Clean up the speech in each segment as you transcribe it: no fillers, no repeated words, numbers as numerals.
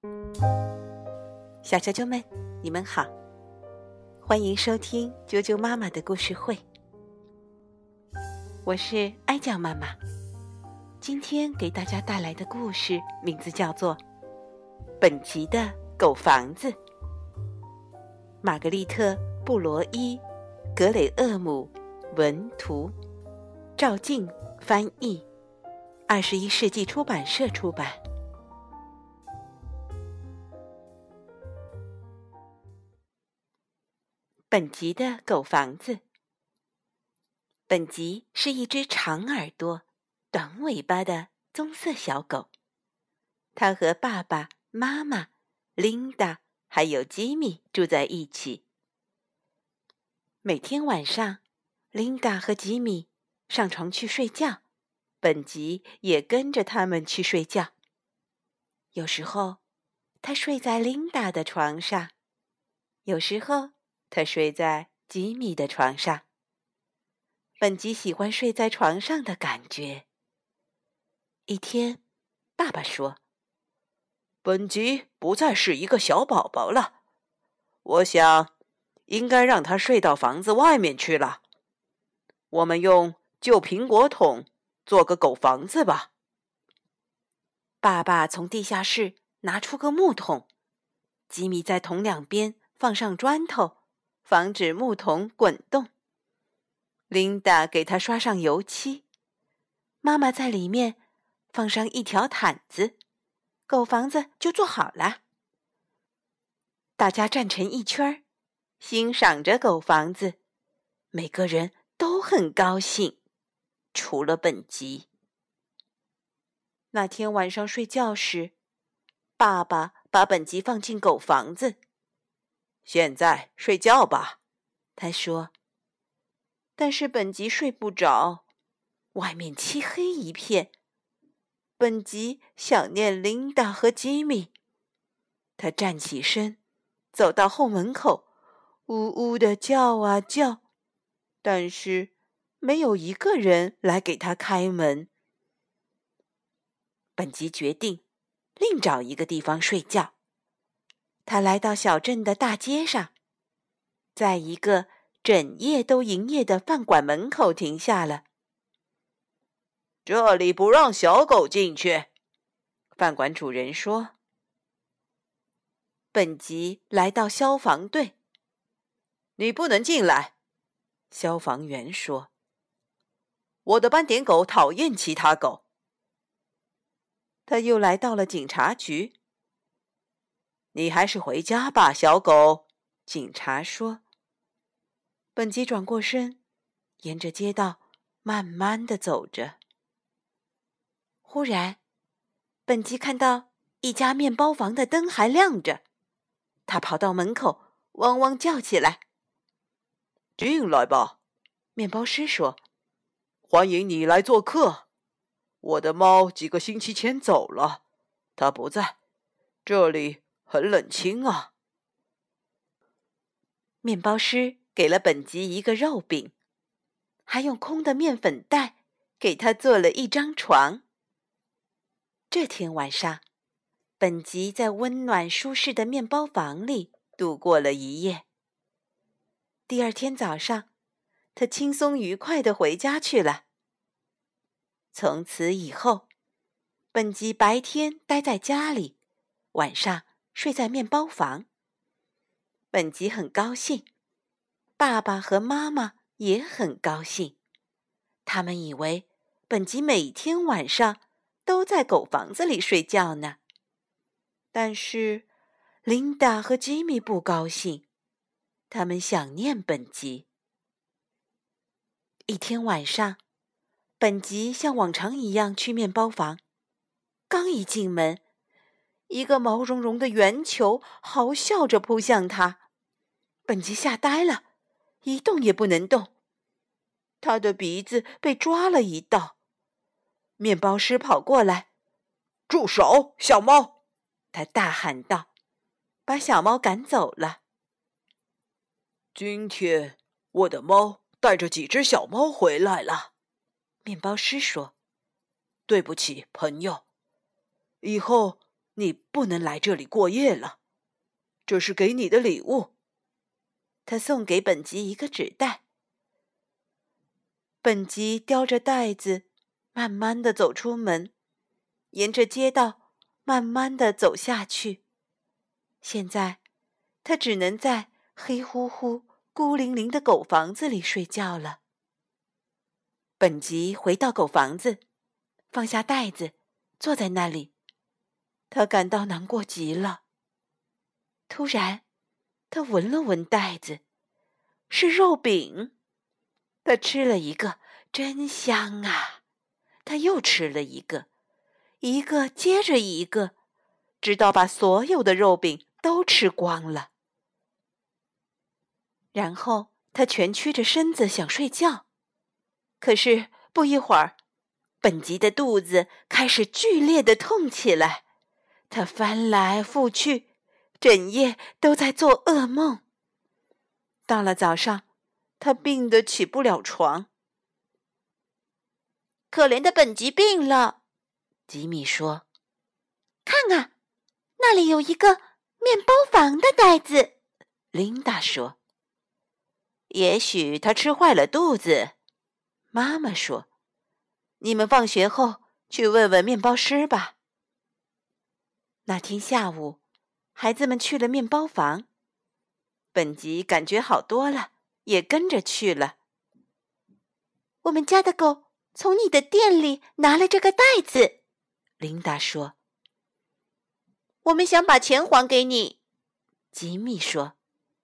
小啾啾们，你们好，欢迎收听啾啾妈妈的故事会。我是哀酱妈妈，今天给大家带来的故事名字叫做《本集的狗房子》。玛格丽特·布罗伊、格雷厄姆文图，赵静翻译，21世纪出版社出版。本集的狗房子。本集是一只长耳朵、短尾巴的棕色小狗，它和爸爸妈妈、琳达还有吉米住在一起。每天晚上，琳达和吉米上床去睡觉，本吉也跟着他们去睡觉。有时候，他睡在琳达的床上，有时候他睡在吉米的床上。本吉喜欢睡在床上的感觉。一天，爸爸说：“ 本吉不再是一个小宝宝了，我想应该让他睡到房子外面去了。我们用旧苹果桶做个狗房子吧。” 爸爸从地下室拿出个木桶，吉米在桶两边放上砖头，防止木桶滚动。琳达给他刷上油漆，妈妈在里面放上一条毯子，狗房子就做好了。大家站成一圈，欣赏着狗房子，每个人都很高兴，除了本吉。那天晚上睡觉时，爸爸把本吉放进狗房子。 现在睡觉吧， 他说。但是本吉睡不着，外面漆黑一片。本吉想念琳达和吉米。他站起身，走到后门口，呜呜地叫啊叫，但是没有一个人来给他开门。本吉决定另找一个地方睡觉。他来到小镇的大街上，在一个整夜都营业的饭馆门口停下了。 这里不让小狗进去， 饭馆主人说。本吉来到消防队。 你不能进来， 消防员说。 我的斑点狗讨厌其他狗。 他又来到了警察局。 你还是回家吧，小狗， 警察说。本吉转过身，沿着街道慢慢地走着。忽然，本吉看到一家面包房的灯还亮着，他跑到门口，汪汪叫起来：“ 进来吧！” 面包师说：“ 欢迎你来做客。我的猫几个星期前走了，它不在，这里很冷清啊。” 面包师给了本吉一个肉饼，还用空的面粉袋给他做了一张床。这天晚上，本吉在温暖舒适的面包房里度过了一夜。第二天早上，他轻松愉快地回家去了。从此以后，本吉白天待在家里，晚上睡在面包房。本吉很高兴，爸爸和妈妈也很高兴。他们以为本吉每天晚上都在狗房子里睡觉呢。但是琳达和吉米不高兴，他们想念本吉。一天晚上，本吉像往常一样去面包房，刚一进门，一个毛茸茸的圆球嚎笑着扑向他。本吉吓呆了，一动也不能动。他的鼻子被抓了一道。面包师跑过来：“ 住手，小猫！” 他大喊道，把小猫赶走了。 今天我的猫带着几只小猫回来了，面包师说。对不起，朋友，以后你不能来这里过夜了，这是给你的礼物。 他送给本吉一个纸袋。本吉叼着袋子，慢慢地走出门，沿着街道慢慢地走下去。现在，他只能在黑乎乎、孤零零的狗房子里睡觉了。本吉回到狗房子，放下袋子，坐在那里。他感到难过极了。突然，他闻了闻袋子，是肉饼。他吃了一个，真香啊！他又吃了一个，一个接着一个，直到把所有的肉饼都吃光了。然后他蜷曲着身子想睡觉，可是不一会儿，本吉的肚子开始剧烈地痛起来。他翻来覆去，整夜都在做噩梦。到了早上，他病得起不了床。可怜的本吉病了，吉米说。看啊，那里有一个面包房的袋子，琳达说。也许他吃坏了肚子，妈妈说。你们放学后去问问面包师吧。那天下午，孩子们去了面包房。本吉感觉好多了，也跟着去了。我们家的狗从你的店里拿了这个袋子，琳达说。我们想把钱还给你，吉米说。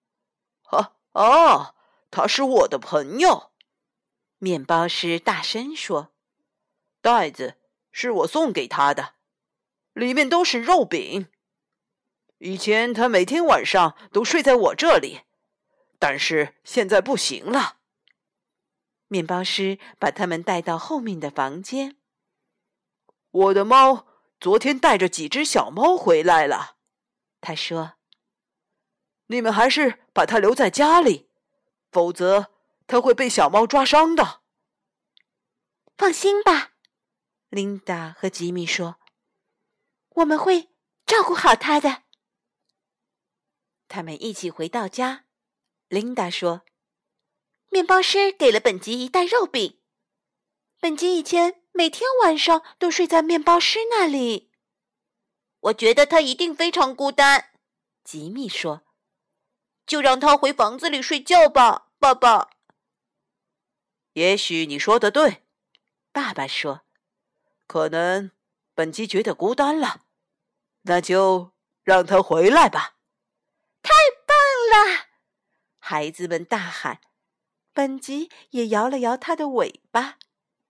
他是我的朋友， 面包师大声说。 袋子是我送给他的，里面都是肉饼。以前他每天晚上都睡在我这里，但是现在不行了。 面包师把他们带到后面的房间。 我的猫昨天带着几只小猫回来了，他说。你们还是把它留在家里，否则它会被小猫抓伤的。 放心吧，琳达和吉米说，我们会照顾好它的。他们一起回到家。琳达说，面包师给了本吉一袋肉饼。本吉以前每天晚上都睡在面包师那里。我觉得他一定非常孤单，吉米说。就让他回房子里睡觉吧，爸爸。 也许你说的对， 爸爸说。 可能本吉觉得孤单了，那就让他回来吧。 太棒了！孩子们大喊。本吉也摇了摇他的尾巴。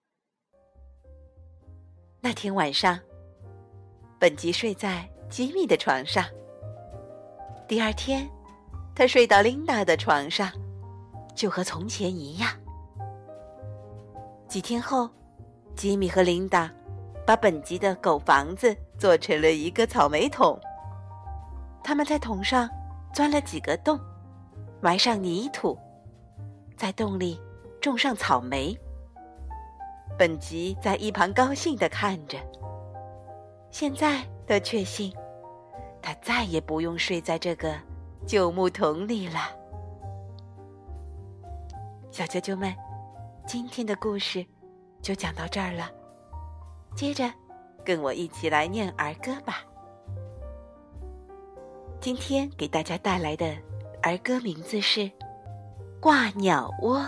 那天晚上，本吉睡在吉米的床上。第二天，他睡到琳达的床上，就和从前一样。几天后，吉米和琳达把本吉的狗房子做成了一个草莓桶。他们在桶上钻了几个洞，埋上泥土，在洞里种上草莓。本吉在一旁高兴地看着。现在他确信，他再也不用睡在这个旧木桶里了。小啾啾们，今天的故事就讲到这儿了。接着，跟我一起来念儿歌吧。今天给大家带来的儿歌名字是《挂鸟窝》。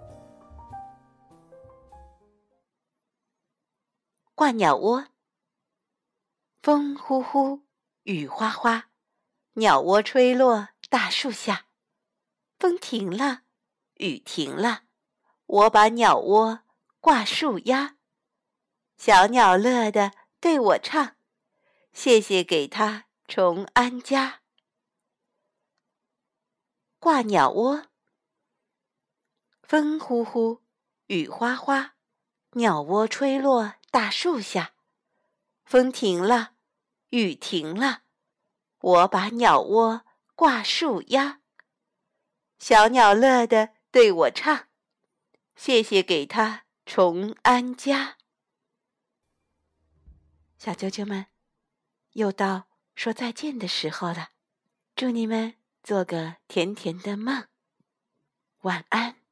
挂鸟窝，风呼呼，雨哗哗，鸟窝吹落大树下。风停了，雨停了，我把鸟窝挂树丫。小鸟乐得对我唱，谢谢给它重安家。挂鸟窝，风呼呼，雨哗哗，鸟窝吹落大树下。风停了，雨停了，我把鸟窝挂树丫。小鸟乐得对我唱，谢谢给它重安家。小啾啾们，又到说再见的时候了。祝你们做个甜甜的梦，晚安。